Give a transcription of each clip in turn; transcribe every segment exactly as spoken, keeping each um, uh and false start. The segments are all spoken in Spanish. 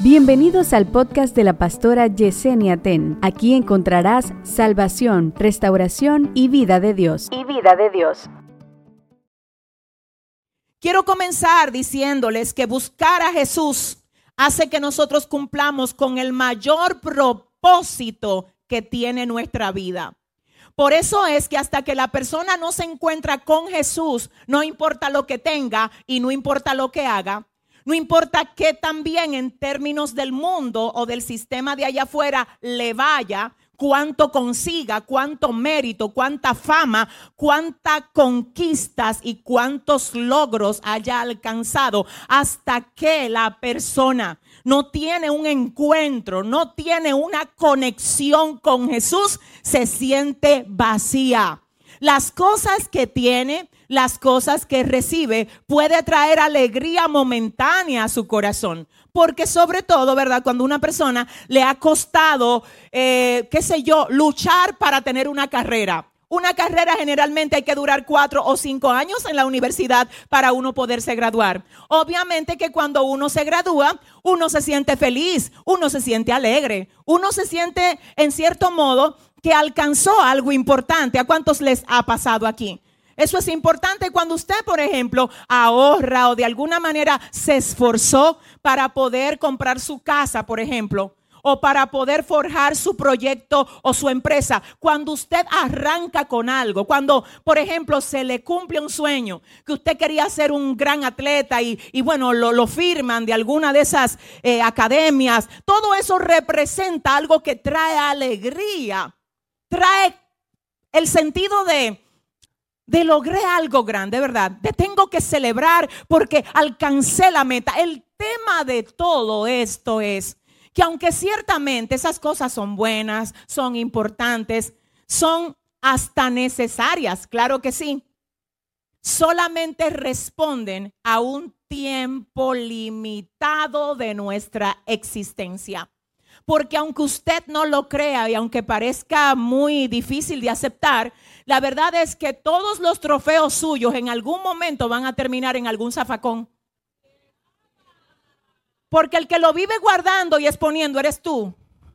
Bienvenidos al podcast de la pastora Yesenia Ten. Aquí encontrarás salvación, restauración y vida de Dios. Y vida de Dios. Quiero comenzar diciéndoles que buscar a Jesús hace que nosotros cumplamos con el mayor propósito que tiene nuestra vida. Por eso es que hasta que la persona no se encuentra con Jesús, no importa lo que tenga y no importa lo que haga, no importa que también en términos del mundo o del sistema de allá afuera le vaya, cuánto consiga, cuánto mérito, cuánta fama, cuántas conquistas y cuántos logros haya alcanzado, hasta que la persona no tiene un encuentro, no tiene una conexión con Jesús, se siente vacía. Las cosas que tiene, las cosas que recibe, puede traer alegría momentánea a su corazón. Porque sobre todo, ¿verdad? Cuando una persona le ha costado, eh, qué sé yo, luchar para tener una carrera. Una carrera generalmente hay que durar cuatro o cinco años en la universidad para uno poderse graduar. Obviamente que cuando uno se gradúa, uno se siente feliz, uno se siente alegre, uno se siente en cierto modo que alcanzó algo importante. ¿A cuántos les ha pasado aquí? Eso es importante cuando usted, por ejemplo, ahorra o de alguna manera se esforzó para poder comprar su casa, por ejemplo, o para poder forjar su proyecto o su empresa. Cuando usted arranca con algo, cuando, por ejemplo, se le cumple un sueño, que usted quería ser un gran atleta y, y bueno, lo, lo firman de alguna de esas eh, academias, todo eso representa algo que trae alegría, trae el sentido de... de logré algo grande, ¿verdad? De tengo que celebrar porque alcancé la meta. El tema de todo esto es que aunque ciertamente esas cosas son buenas, son importantes, son hasta necesarias, claro que sí, solamente responden a un tiempo limitado de nuestra existencia. Porque aunque usted no lo crea y aunque parezca muy difícil de aceptar, la verdad es que todos los trofeos suyos en algún momento van a terminar en algún zafacón. Porque el que lo vive guardando y exponiendo eres tú.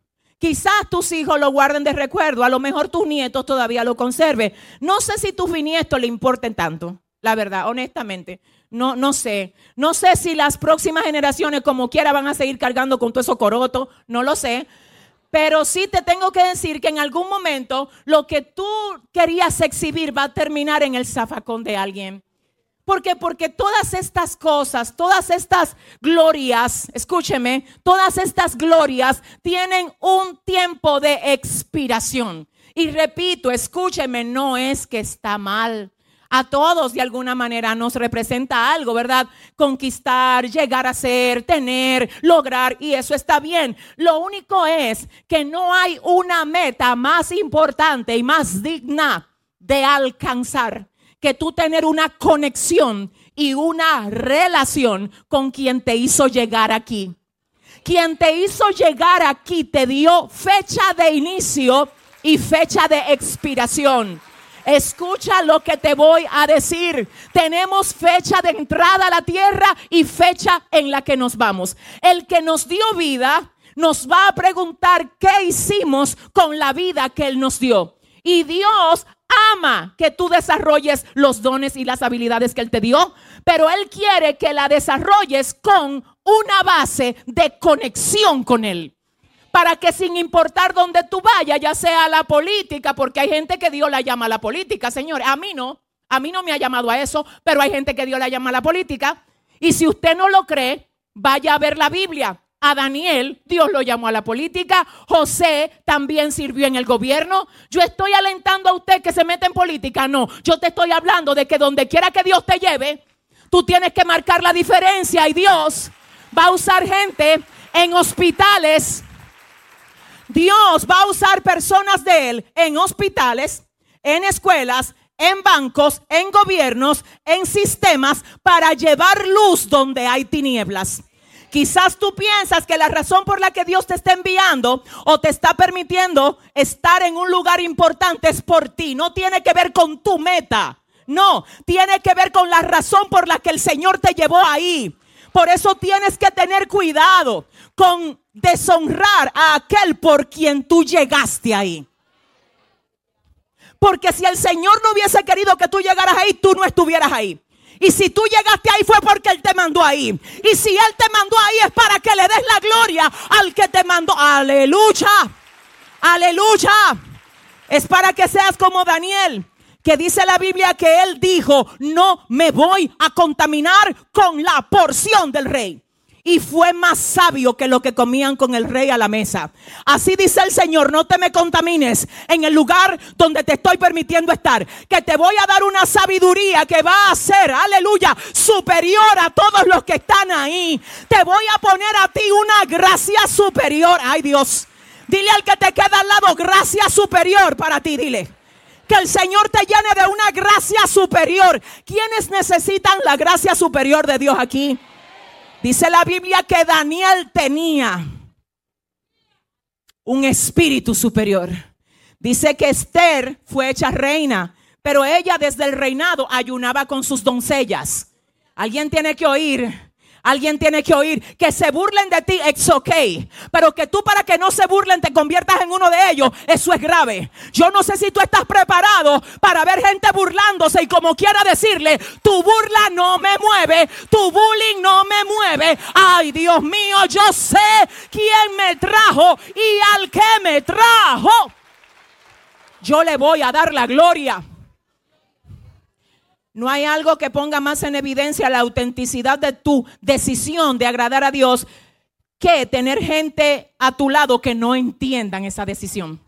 Quizás tus hijos lo guarden de recuerdo, a lo mejor tus nietos todavía lo conserven. No sé si tus bisnietos le importen tanto, la verdad, honestamente. No, no sé, no sé si las próximas generaciones como quiera van a seguir cargando con todo eso coroto, no lo sé. Pero sí te tengo que decir que en algún momento lo que tú querías exhibir va a terminar en el zafacón de alguien. ¿Por qué? Porque todas estas cosas, todas estas glorias, escúcheme, todas estas glorias tienen un tiempo de expiración. Y repito, escúcheme, no es que está mal. A todos de alguna manera nos representa algo, ¿verdad? Conquistar, llegar a ser, tener, lograr, y eso está bien. Lo único es que no hay una meta más importante y más digna de alcanzar que tú tener una conexión y una relación con quien te hizo llegar aquí. Quien te hizo llegar aquí te dio fecha de inicio y fecha de expiración. Escucha lo que te voy a decir. Tenemos fecha de entrada a la tierra y fecha en la que nos vamos. El que nos dio vida nos va a preguntar qué hicimos con la vida que Él nos dio. Y Dios ama que tú desarrolles los dones y las habilidades que Él te dio, pero Él quiere que la desarrolles con una base de conexión con Él. Para que sin importar dónde tú vayas, ya sea a la política, porque hay gente que Dios la llama a la política, señores. A mí no, a mí no me ha llamado a eso, pero hay gente que Dios la llama a la política. Y si usted no lo cree, vaya a ver la Biblia. A Daniel, Dios lo llamó a la política. José también sirvió en el gobierno. Yo estoy alentando a usted que se meta en política. No, yo te estoy hablando de que donde quiera que Dios te lleve, tú tienes que marcar la diferencia. Y Dios va a usar gente en hospitales. Dios va a usar personas de Él en hospitales, en escuelas, en bancos, en gobiernos, en sistemas para llevar luz donde hay tinieblas. Quizás tú piensas que la razón por la que Dios te está enviando o te está permitiendo estar en un lugar importante es por ti. No tiene que ver con tu meta. No, tiene que ver con la razón por la que el Señor te llevó ahí. Por eso tienes que tener cuidado con deshonrar a aquel por quien tú llegaste ahí. Porque si el Señor no hubiese querido que tú llegaras ahí, tú no estuvieras ahí. Y si tú llegaste ahí fue porque Él te mandó ahí. Y si Él te mandó ahí es para que le des la gloria al que te mandó. Aleluya, aleluya. Es para que seas como Daniel, que dice la Biblia que él dijo: no me voy a contaminar con la porción del rey. Y fue más sabio que lo que comían con el rey a la mesa. Así dice el Señor: no te me contamines en el lugar donde te estoy permitiendo estar. Que te voy a dar una sabiduría que va a ser, aleluya, superior a todos los que están ahí. Te voy a poner a ti una gracia superior. Ay, Dios. Dile al que te queda al lado: gracia superior para ti, dile. Que el Señor te llene de una gracia superior. ¿Quiénes necesitan la gracia superior de Dios aquí? Dice la Biblia que Daniel tenía un espíritu superior. Dice que Esther fue hecha reina, pero ella desde el reinado ayunaba con sus doncellas. Alguien tiene que oír. Alguien tiene que oír que se burlen de ti, it's okay. Pero que tú, para que no se burlen, te conviertas en uno de ellos, eso es grave. Yo no sé si tú estás preparado para ver gente burlándose y como quiera decirle: tu burla no me mueve, tu bullying no me mueve. Ay, Dios mío, yo sé quién me trajo y al que me trajo yo le voy a dar la gloria. No hay algo que ponga más en evidencia la autenticidad de tu decisión de agradar a Dios que tener gente a tu lado que no entiendan esa decisión.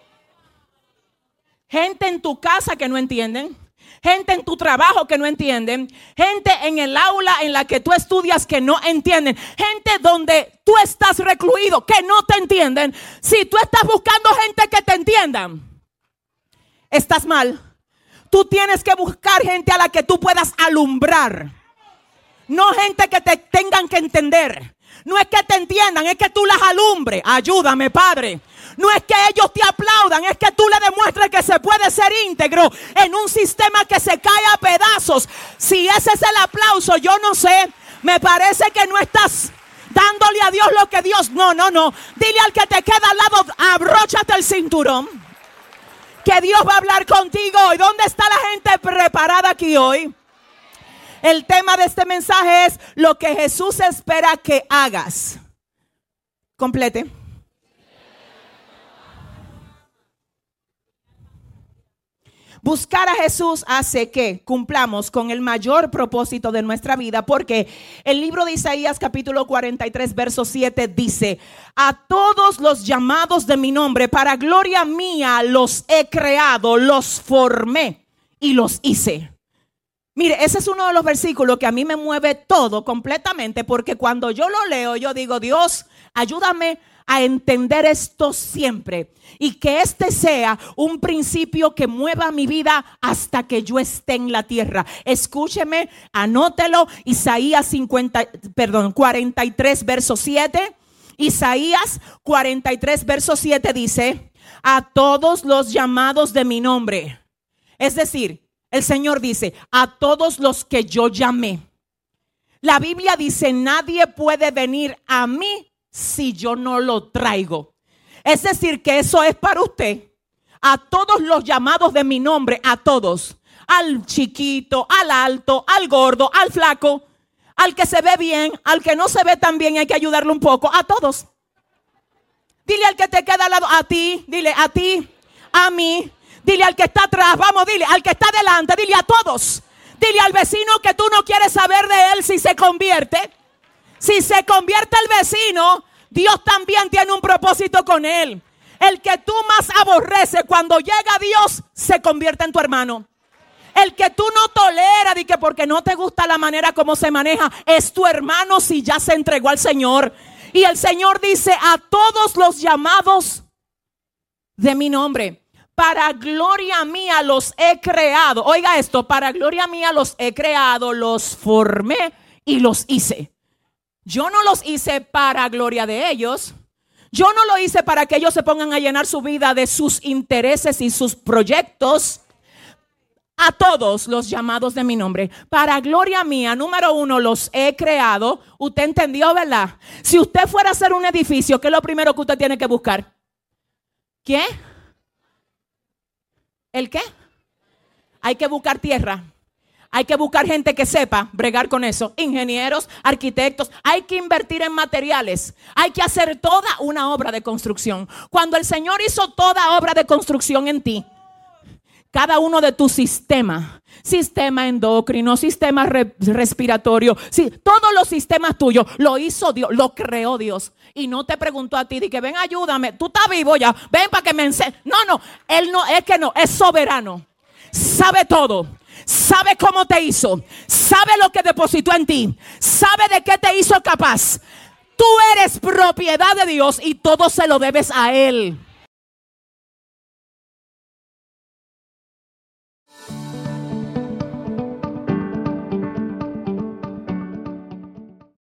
Gente en tu casa que no entienden. Gente en tu trabajo que no entienden. Gente en el aula en la que tú estudias que no entienden. Gente donde tú estás recluido que no te entienden. Si tú estás buscando gente que te entiendan, estás mal. Tú tienes que buscar gente a la que tú puedas alumbrar. No gente que te tengan que entender. No es que te entiendan, es que tú las alumbres. Ayúdame, Padre. No es que ellos te aplaudan, es que tú le demuestres que se puede ser íntegro en un sistema que se cae a pedazos. Si ese es el aplauso, yo no sé. Me parece que no estás dándole a Dios lo que Dios... No, no, no. Dile al que te queda al lado: abróchate el cinturón, que Dios va a hablar contigo hoy. ¿Dónde está la gente preparada aquí hoy? El tema de este mensaje es lo que Jesús espera que hagas. Complete. Buscar a Jesús hace que cumplamos con el mayor propósito de nuestra vida, porque el libro de Isaías capítulo cuarenta y tres verso siete dice: a todos los llamados de mi nombre, para gloria mía los he creado, los formé y los hice. Mire, ese es uno de los versículos que a mí me mueve todo completamente, porque cuando yo lo leo, yo digo: Dios, ayúdame a entender esto siempre, y que este sea un principio que mueva mi vida hasta que yo esté en la tierra. Escúcheme, anótelo. Isaías cincuenta, perdón, cuarenta y tres verso siete. Isaías cuarenta y tres verso siete dice: a todos los llamados de mi nombre. Es decir, el Señor dice: a todos los que yo llamé. La Biblia dice: nadie puede venir a mí si yo no lo traigo. Es decir, que eso es para usted. A todos los llamados de mi nombre, a todos. Al chiquito, al alto, al gordo, al flaco, al que se ve bien, al que no se ve tan bien, hay que ayudarle un poco. A todos. Dile al que te queda al lado: a ti, dile a ti, a mí. Dile al que está atrás, vamos, dile al que está delante, dile a todos. Dile al vecino que tú no quieres saber de él si se convierte. Si se convierte el vecino, Dios también tiene un propósito con él. El que tú más aborreces, cuando llega Dios, se convierte en tu hermano. El que tú no toleras, y que porque no te gusta la manera como se maneja, es tu hermano si ya se entregó al Señor. Y el Señor dice: a todos los llamados de mi nombre, para gloria mía los he creado. Oiga esto: para gloria mía los he creado, los formé y los hice. Yo no los hice para gloria de ellos. Yo no lo hice para que ellos se pongan a llenar su vida de sus intereses y sus proyectos. a todos los llamados de mi nombre. Para gloria mía, número uno, los he creado. Usted entendió, ¿verdad? Si usted fuera a hacer un edificio, ¿qué es lo primero que usted tiene que buscar? ¿Qué? ¿El qué? Hay que buscar tierra. Hay que buscar gente que sepa bregar con eso. Ingenieros, arquitectos. Hay que invertir en materiales. Hay que hacer toda una obra de construcción. Cuando el Señor hizo toda obra de construcción en ti, cada uno de tus sistemas, sistema endocrino, sistema re- respiratorio, sí, todos los sistemas tuyos, lo hizo Dios, lo creó Dios. Y no te preguntó a ti, de que ven, ayúdame, tú estás vivo ya, ven para que me enseñe. No, no, Él no, es que no, es soberano. Sabe todo. Sabe cómo te hizo. Sabe lo que depositó en ti. Sabe de qué te hizo capaz. Tú eres propiedad de Dios y todo se lo debes a Él.